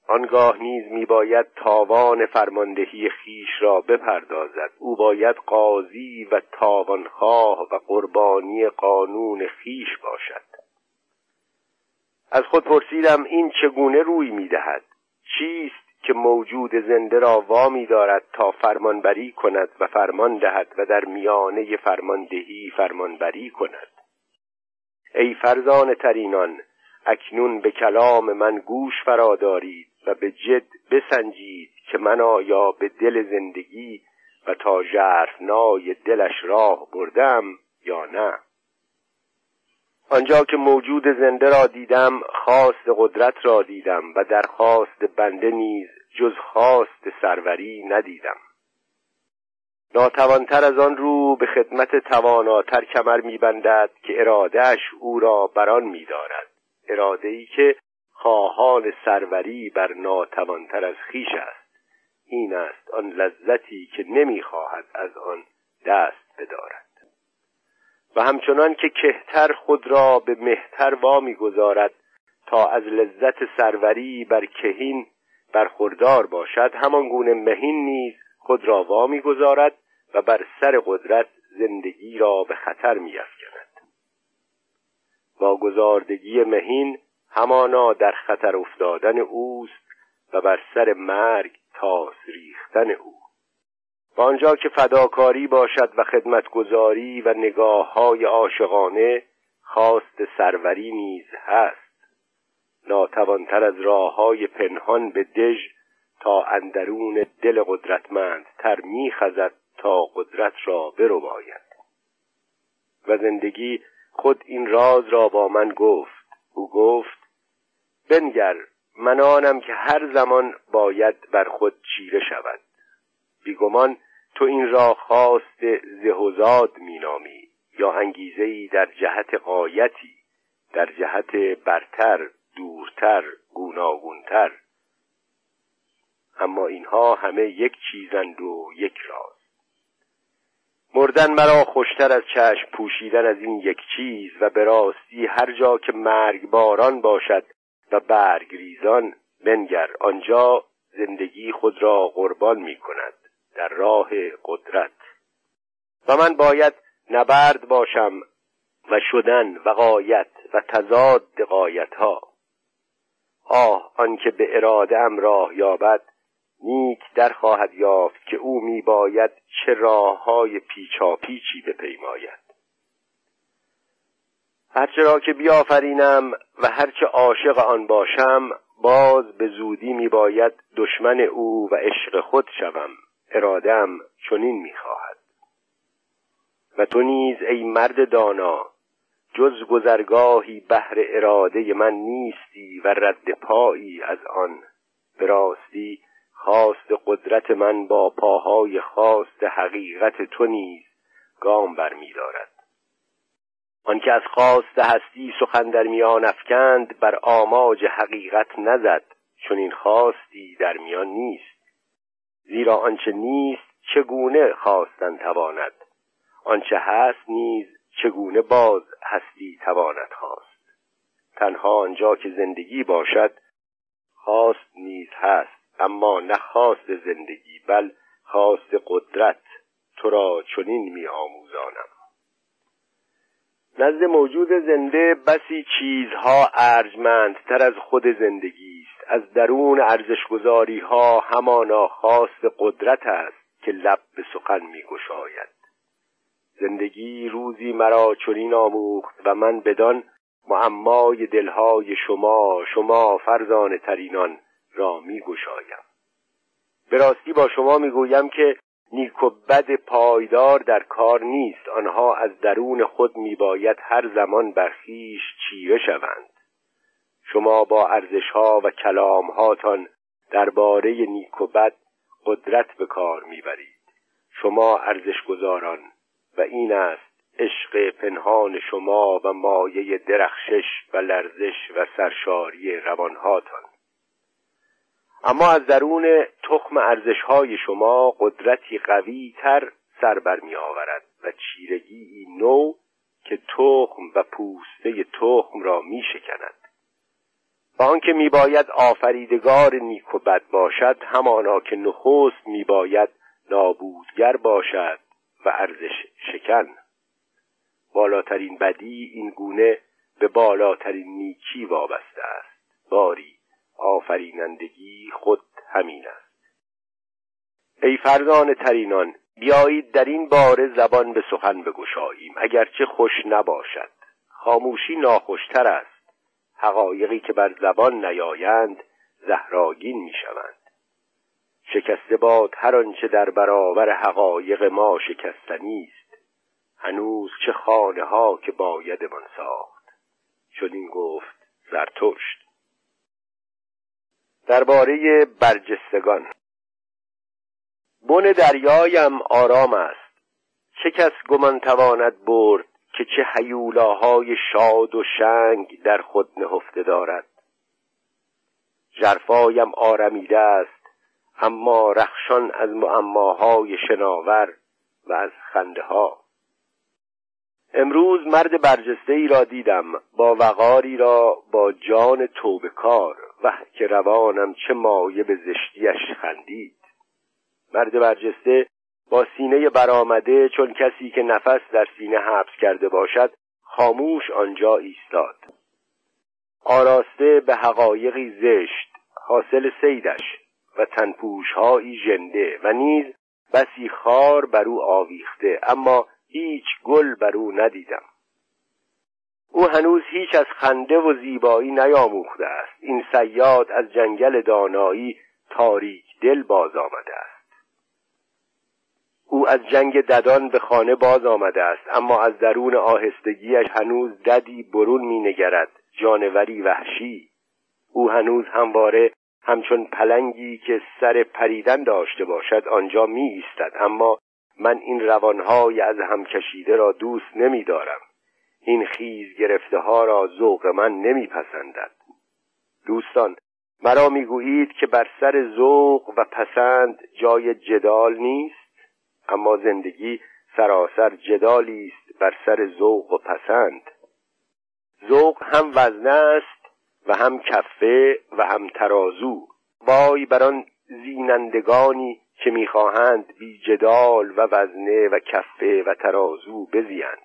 آنگاه نیز میباید تاوان فرماندهی خیش را بپردازد. او باید قاضی و تاوانخواه و قربانی قانون خیش باشد. از خود پرسیدم این چگونه روی میدهد؟ چیست که موجود زنده را وامی دارد تا فرمانبری کند و فرمان دهد و در میانه فرماندهی فرمانبری کند؟ ای فرزانه ترینان، اکنون به کلام من گوش فرا دارید و به جد بسنجید که من آیا به دل زندگی و تا ژرفنای دلش راه بردم یا نه. آنجا که موجود زنده را دیدم، خواست قدرت را دیدم و در خواست بنده نیز جز خواست سروری ندیدم. ناتوانتر از آن رو به خدمت تواناتر کمر می‌بندد که ارادهش او را بران می‌دارد، اراده‌ای که خواهان سروری بر ناتوانتر از خویش است. این است آن لذتی که نمی‌خواهد از آن دست بدارد و همچنان که کهتر خود را به مهتر وامی گذارد تا از لذت سروری بر کهین برخوردار باشد، همان گونه مهین نیز خود را وامی گذارد و بر سر قدرت زندگی را به خطر می‌افکند. واگذاردگی مهین همانا در خطر افتادن اوست و بر سر مرگ تاس ریختن او. و آنجا که فداکاری باشد و خدمتگزاری و نگاه‌های عاشقانه، خواست سروری نیز هست. ناتوانتر از راه‌های پنهان به دژ تا اندرون دل قدرتمند تر می‌خزد تا قدرت را برباید. و زندگی خود این راز را با من گفت. او گفت: بنگر، من آنم که هر زمان باید بر خود چیره شود. بیگمان تو این را خواست زه و زاد می‌نامی، یا انگیزه‌ای در جهت غایتی، در جهت برتر، دورتر، گوناگونتر. اما اینها همه یک چیزند و یک راز. مردن مرا خوشتر از چشم پوشیدن از این یک چیز و به راستی هر جا که مرگ باران باشد و برگ ریزان، بنگر آنجا زندگی خود را قربان می کند در راه قدرت. و من باید نبرد باشم و شدن و غایت و تضاد غایت‌ها. آنکه به اراده ام راه یابد، نیک در خواهد یافت که او می باید چه راه‌های پیچاپیچی بپیماید. هرچه را که بیافرینم و هرچه عاشق آن باشم، باز به زودی می باید دشمن او و عشق خود شوم. اراده‌ام چنین می خواهد. و تو نیز ای مرد دانا، جز گذرگاهی بهر اراده من نیستی و رد پایی از آن. به راستی خواست قدرت من با پاهای خواست حقیقت تو نیز گام برمی دارد. آن که از خواست هستی سخن در میان افکند، بر آماج حقیقت نزد، چون این خواستی در میان نیست. زیرا آنچه نیست چگونه خواستن تواند، آنچه هست نیز چگونه باز هستی تواند خواست. تنها آنجا که زندگی باشد خواست نیز هست، اما نه خواست زندگی بل خواست قدرت. تو را چنین می آموزانم. نزد موجود زنده بسی چیزها ارجمندتر از خود زندگی است. از درون ارزشگذاری‌ها همانا خواست قدرت است که لب به سخن می‌گشاید. زندگی روزی مرا چنین آموخت و من بدان معمای دلهای شما فرزانه ترینان را می‌گشایم. به راستی با شما می‌گویم که نیک و بد پایدار در کار نیست. آنها از درون خود میباید هر زمان بر خویش چیره شوند. شما با ارزش‌ها و کلام‌هاتان درباره نیک و بد قدرت به کار میبرید. شما ارزش‌گذاران، و این است عشق پنهان شما و مایه درخشش و لرزش و سرشاری روانهاتان. اما از درون تخم ارزش‌های شما قدرتی قوی تر سر برمی آورد و چیرگی نو که تخم و پوسته تخم را می شکند. و آنکه میباید آفریدگار نیک و بد باشد، همانا که نخست میباید نابودگر باشد و ارزش شکن. بالاترین بدی این گونه به بالاترین نیکی وابسته است. باری آفرینندگی خود همین است. ای فرزانه ترینان، بیایید در این باره زبان به سخن بگشاییم، اگرچه خوش نباشد. خاموشی ناخوشتر است. حقایقی که بر زبان نیایند زهراگین میشوند. شکسته باد هر آنچه در برابر حقایق ما شکستنی است. هنوز چه خانه ها که بایدمان ساخت. چنین گفت زرتشت. درباره برجستگان: بن دریایم آرام است. چه کس گمان تواند برد که چه هیولاهای شاد و شنگ در خود نهفته دارد. ژرفایم آرمیده است، اما رخشان از معماهای شناور و از خنده ها. امروز مرد برجسته ای را دیدم، با وقاری را با جان توبه کار، وه که روانم چه مایه به زشتیش خندید. مرد برجسته با سینه برآمده، چون کسی که نفس در سینه حبس کرده باشد، خاموش آنجا ایستاد. آراسته به حقایقی زشت، حاصل صیدش و تنپوش‌هایی ژنده و نیز بسی خار بر او آویخته، اما هیچ گل بر او ندیدم. او هنوز هیچ از خنده و زیبایی نیاموخته است. این صیاد از جنگل دانایی تاریک دل باز آمده است. او از جنگ ددان به خانه باز آمده است، اما از درون آهستگیش هنوز ددی برون می نگرد، جانوری وحشی. او هنوز همواره همچون پلنگی که سر پریدن داشته باشد آنجا می ایستد، اما من این روانهای از هم کشیده را دوست نمی دارم. این خیز گرفته ها را ذوق من نمی پسندد. دوستان، مرا می گویید که بر سر ذوق و پسند جای جدال نیست، اما زندگی سراسر جدالی است بر سر ذوق و پسند. ذوق هم وزنه است و هم کفه و هم ترازو. وای بر آن زینندگانی که می‌خواهند بی جدال و وزنه و کفه و ترازو بزیند.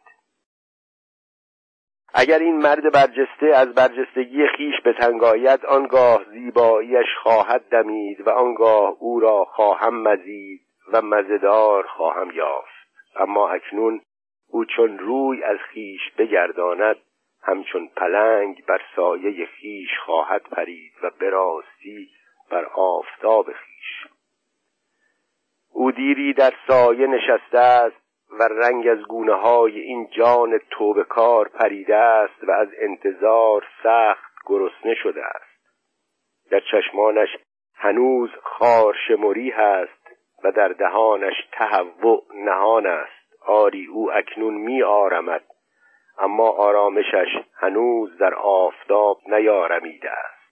اگر این مرد برجسته از برجستگی خیش به تنگ آید، آنگاه زیباییش خواهد دمید و آنگاه او را خواهم مزید و مزه‌دار خواهم یافت. اما اکنون او چون روی از خیش بگرداند، همچون پلنگ بر سایه خیش خواهد پرید و به راستی بر آفتاب خیش. او دیری در سایه نشسته است و رنگ از گونه های این جان توبه کار پریده است و از انتظار سخت گرسنه شده است. در چشمانش هنوز خارشمری هست و در دهانش تهوع نهان است. آری او اکنون می آرمد، اما آرامشش هنوز در آفتاب نیارمیده است.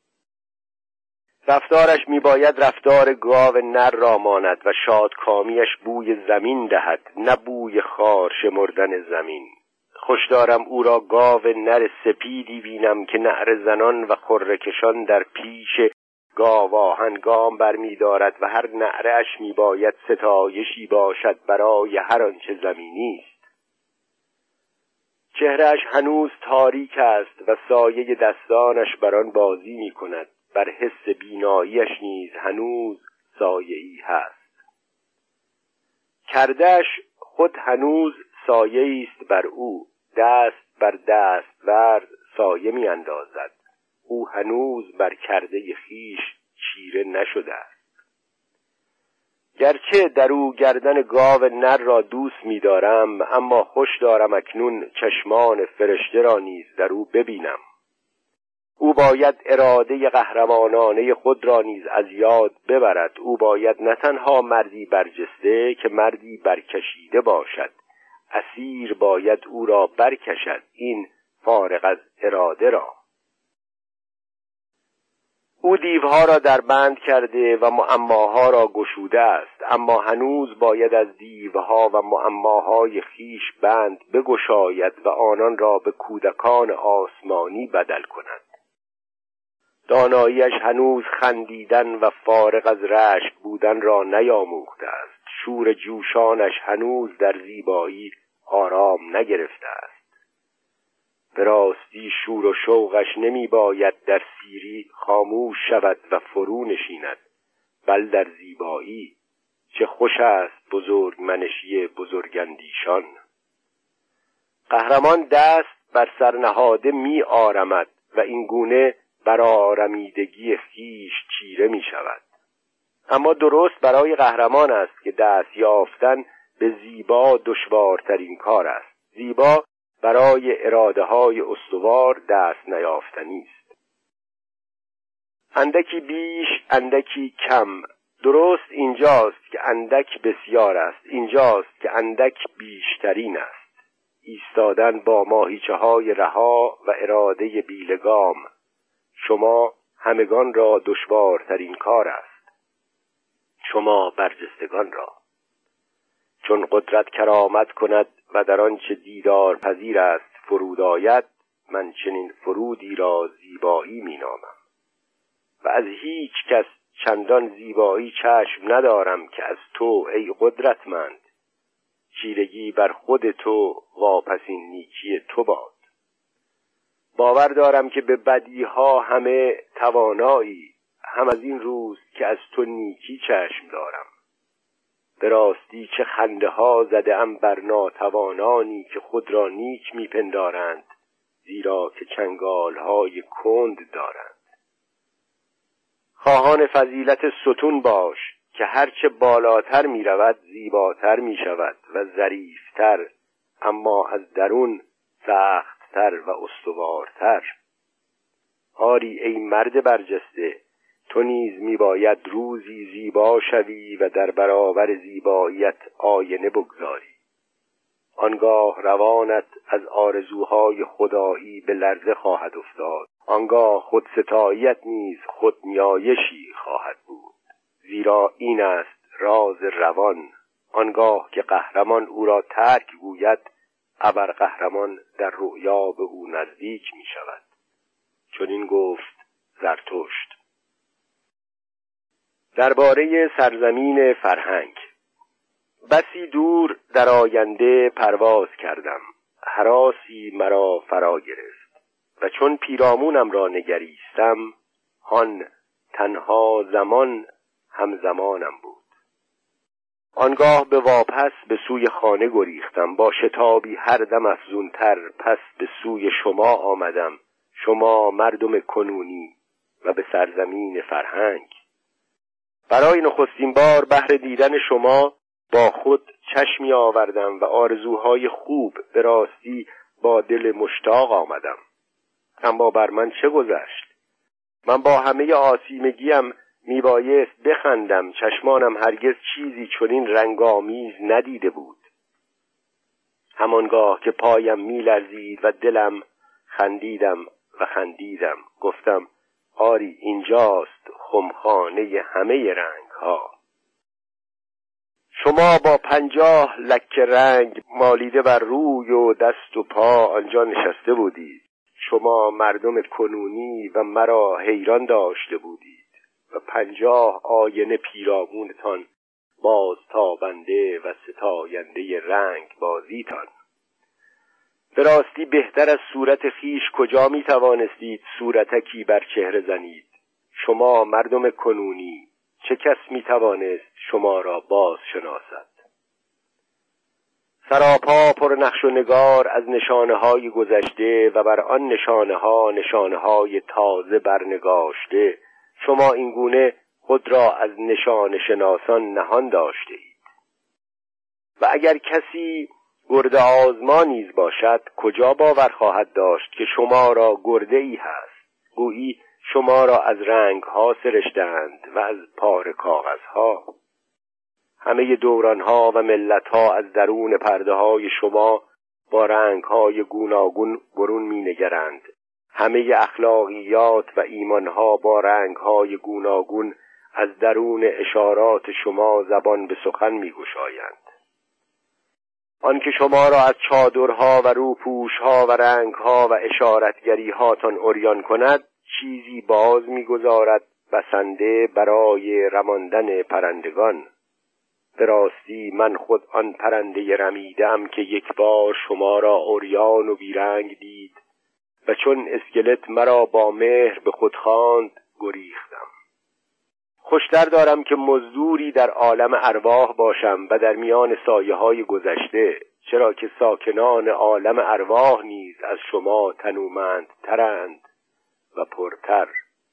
رفتارش می باید رفتار گاو نر را ماند و شادکامیش بوی زمین دهد، نه بوی خار شمردن زمین. خوش دارم او را گاو نر سپیدی بینم که نعره زنان و خرره کشان در پیش گاواهن گام برمی دارد و هر نعره اش می باید ستایشی باشد برای هر آنچه زمینی است. چهرهش هنوز تاریک است و سایه دستانش بر آن بازی می کند. بر حس بیناییش نیز هنوز سایه‌ای هست. کرده‌اش خود هنوز سایه‌ای است بر او. دست بر دست ورد سایه می اندازد. او هنوز بر کرده خیش چیره نشده است. گرچه در او گردن گاو نر را دوست می دارم، اما خوش دارم اکنون چشمان فرشته را نیز در او ببینم. او باید اراده قهرمانانه خود را نیز از یاد ببرد. او باید نه تنها مردی برجسته که مردی برکشیده باشد. اسیر باید او را برکشد، این فارغ از اراده را. او دیوها را در بند کرده و معماها را گشوده است، اما هنوز باید از دیوها و معماهای خیش بند بگشاید و آنان را به کودکان آسمانی بدل کند. داناییش هنوز خندیدن و فارغ از رشک بودن را نیاموخته است. شور جوشانش هنوز در زیبایی آرام نگرفته است. به راستی شور و شوقش نمی باید در سیری خاموش شود و فرو نشیند، بل در زیبایی. چه خوش است بزرگ منشی بزرگندیشان. قهرمان دست بر سر نهاده می آرمد و این گونه بر آرمیدگی خویش چیره می شود. اما درست برای قهرمان است که دست یافتن به زیبا دشوارترین کار است. زیبا برای اراده های استوار دست نیافتنی است. اندکی بیش، اندکی کم. درست اینجاست که اندک بسیار است، اینجاست که اندک بیشترین است. ایستادن با ماهیچه های رها و اراده بیلگام شما همگان را دشوارترین کار است. شما برجستگان را. چون قدرت کرامت کند و در آنچه دیدار پذیر است فرود آید، من چنین فرودی را زیبایی می نامم و از هیچ کس چندان زیبایی چشم ندارم که از تو ای قدرتمند. چیرگی بر خود تو واپسین نیکی تو باد. باور دارم که به بدیها همه توانایی، هم از این روز که از تو نیکی چشم دارم. به راستی چه خنده ها زده‌ام بر ناتوانانی که خود را نیک میپندارند، زیرا که چنگال های کند دارند. خواهان فضیلت ستون باش که هرچه بالاتر می رود زیباتر می شود و ظریفتر، اما از درون سختتر و استوارتر. آری ای مرد برجسته، تو نیز می باید روزی زیبا شوی و در برابر زیباییت آینه بگذاری. آنگاه روانت از آرزوهای خدایی به لرزه خواهد افتاد. آنگاه خودستاییت نیز خودنیایشی خواهد بود. زیرا این است راز روان. آنگاه که قهرمان او را ترک گوید، ابرقهرمان در رؤیا به او نزدیک می شود. چون این گفت زرتشت. درباره سرزمین فرهنگ. بسی دور در آینده پرواز کردم. هراسی مرا فرا گرفت و چون پیرامونم را نگریستم، آن تنها زمان همزمانم بود. آنگاه به واپس به سوی خانه گریختم. با شتابی هر دم افزونتر پس به سوی شما آمدم، شما مردم کنونی و به سرزمین فرهنگ. برای نخستین بار بهر دیدن شما با خود چشمی آوردم و آرزوهای خوب به راستی با دل مشتاق آمدم. اما بر من چه گذشت؟ من با همه آسیمگیم میبایست بخندم. چشمانم هرگز چیزی چنین رنگامیز ندیده بود. همانگاه که پایم میلرزید و دلم خندیدم. گفتم آری اینجاست خمخانه همه رنگ ها. شما با 50 لکه رنگ مالیده بر روی و دست و پا آنجا نشسته بودید. شما مردم کنونی و مرا حیران داشته بودید و 50 آینه پیرامونتان بازتابنده و ستاینده رنگ بازیتان. به راستی بهتر از صورت خیش کجا می توانستید صورتکی بر چهره زنید؟ شما مردم کنونی، چه کس می توانست شما را باز شناسد؟ سراپا پر نقش و نگار از نشانه های گذشته و بر آن نشانه های تازه برنگاشته، شما اینگونه خود را از نشانه شناسان نهان داشته اید. و اگر کسی گرده آزما نیز باشد، کجا باور خواهد داشت که شما را گرده ای هست؟ گویی شما را از رنگ ها سرشتند و از پاره کاغذ ها. همه دوران ها و ملت ها از درون پرده های شما با رنگ های گوناگون برون می نگرند. همه اخلاقیات و ایمان ها با رنگ های گوناگون از درون اشارات شما زبان به سخن می گشایند. آن که شما را از چادرها و روپوشها و رنگها و اشارتگری هاتان عریان کند چیزی باز می‌گذارد بسنده برای رماندن پرندگان. به راستی من خود آن پرنده رمیدم که یک بار شما را عریان و بیرنگ دید و چون اسکلت مرا با مهر به خود خواند گریختم. خوشتر دارم که مزدوری در عالم ارواح باشم و در میان سایه‌های گذشته، چرا که ساکنان عالم ارواح نیز از شما تنومندترند و پرتر.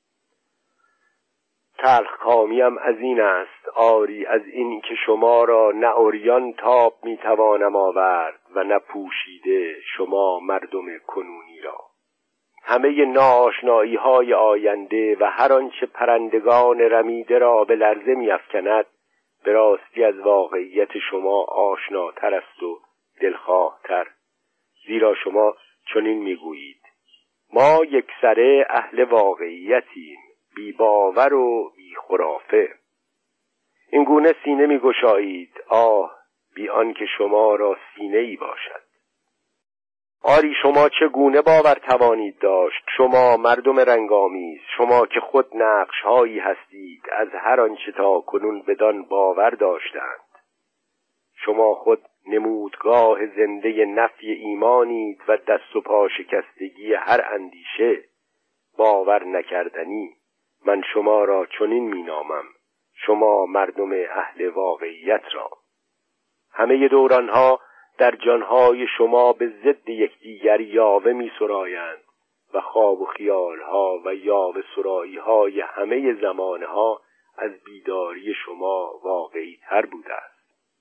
تلخکامیم از این است، آری از این که شما را نه عریان تاب میتوانم آورد و نه پوشیده شما مردم کنونی را. همه ناآشنایی‌های آینده و هر آنچه پرندگان رمیده را به لرزه می‌افکند به راستی از واقعیت شما آشناتر است و دلخواهتر، زیرا شما چنین می‌گویید: ما یکسره اهل واقعیتیم، بی باور و بی خرافه. این گونه سینه می‌گشایید، بی آنکه شما را سینه‌ای باشد. آری شما چگونه باور توانید داشت، شما مردم رنگامیز، شما که خود نقش‌هایی هستید از هر آنچه تا کنون بدان باور داشتند. شما خود نمودگاه زنده نفی ایمانید و دست و پا شکستگی هر اندیشه، باور نکردنی. من شما را چنین می‌نامم، شما مردم اهل واقعیت را. همه دوران‌ها در جانهای شما به ضد یکدیگر یاوه می‌سرایند و خواب و خیالها و یاوه سرایی‌های همه زمانها از بیداری شما واقعی تر بوده است.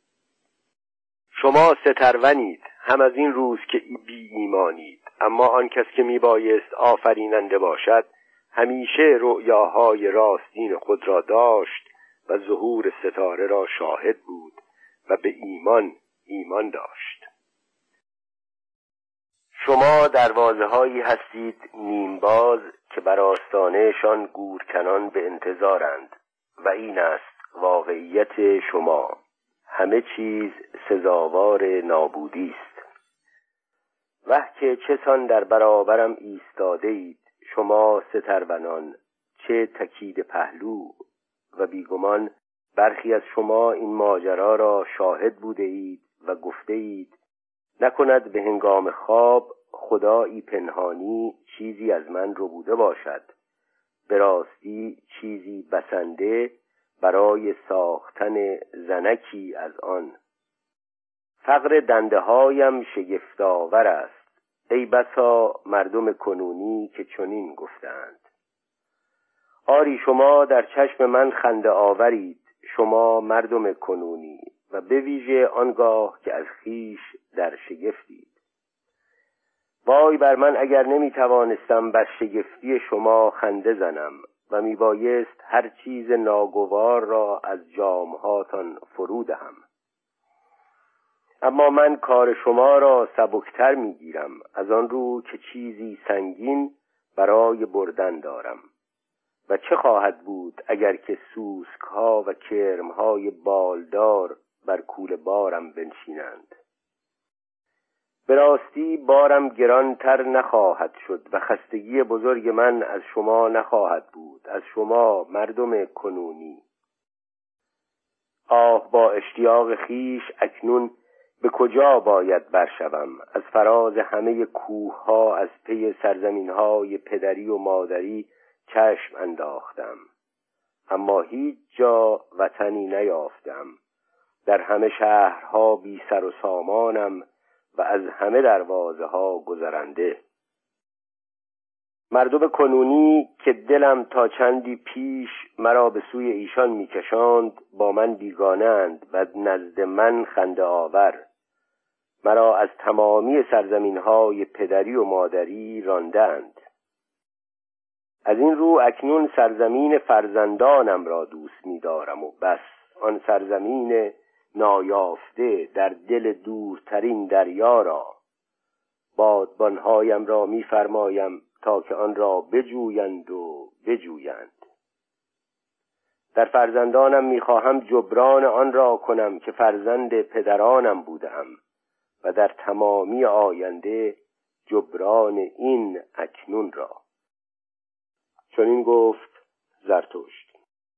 شما سترونید، هم از این روز که بی ایمانید، اما آن کس که میبایست آفریننده باشد همیشه رؤیاهای راستین خود را داشت و ظهور ستاره را شاهد بود و به ایمان داشت. شما دروازه‌هایی هستید نیمباز که بر آستانه‌شان گورکنان به انتظارند و این است واقعیت شما. همه چیز سزاوار نابودی است. وقتی چسان در برابرم ایستاده اید شما سترونان، چه تکید پهلو، و بیگمان برخی از شما این ماجرا را شاهد بوده اید و گفته اید نکند به هنگام خواب خدایی پنهانی چیزی از من ربوده باشد، به راستی چیزی بسنده برای ساختن زنکی از آن. فقر دنده هایم شگفت‌آور است، ای بسا مردم کنونی که چنین گفتند. آری شما در چشم من خنده آورید، شما مردم کنونی، و به ویژه آنگاه که از خویش در شگفتید. وای بر من اگر نمیتوانستم بر شگفتی شما خنده زنم و میبایست هر چیز ناگوار را از جامهاتان فرو دهم. اما من کار شما را سبکتر میگیرم، از آن رو که چیزی سنگین برای بردن دارم. و چه خواهد بود اگر که سوسک‌ها و کرم‌های بالدار بر کوله بارم بنشینند؟ به راستی بارم گرانتر نخواهد شد و خستگی بزرگ من از شما نخواهد بود، از شما مردم کنونی. با اشتیاق خیش اکنون به کجا باید برشوم؟ از فراز همه کوه‌ها، از پی سرزمین‌های پدری و مادری چشم انداختم، اما هیچ جا وطنی نیافتم. در همه شهرها بی سر و سامانم و از همه دروازه‌ها گذرنده. مردم کنونی که دلم تا چندی پیش مرا به سوی ایشان میکشاند با من بیگانه‌اند و نزد من خنده آور. مرا از تمامی سرزمین‌های پدری و مادری راندند. از این رو اکنون سرزمین فرزندانم را دوست می‌دارم و بس. آن سرزمین نایافته در دل دورترین دریا را. بادبانهایم را می‌فرمایم تا که آن را بجویند و بجویند. در فرزندانم می‌خواهم جبران آن را کنم که فرزند پدرانم بودم و در تمامی آینده جبران این اکنون را. چنین گفت زرتشت: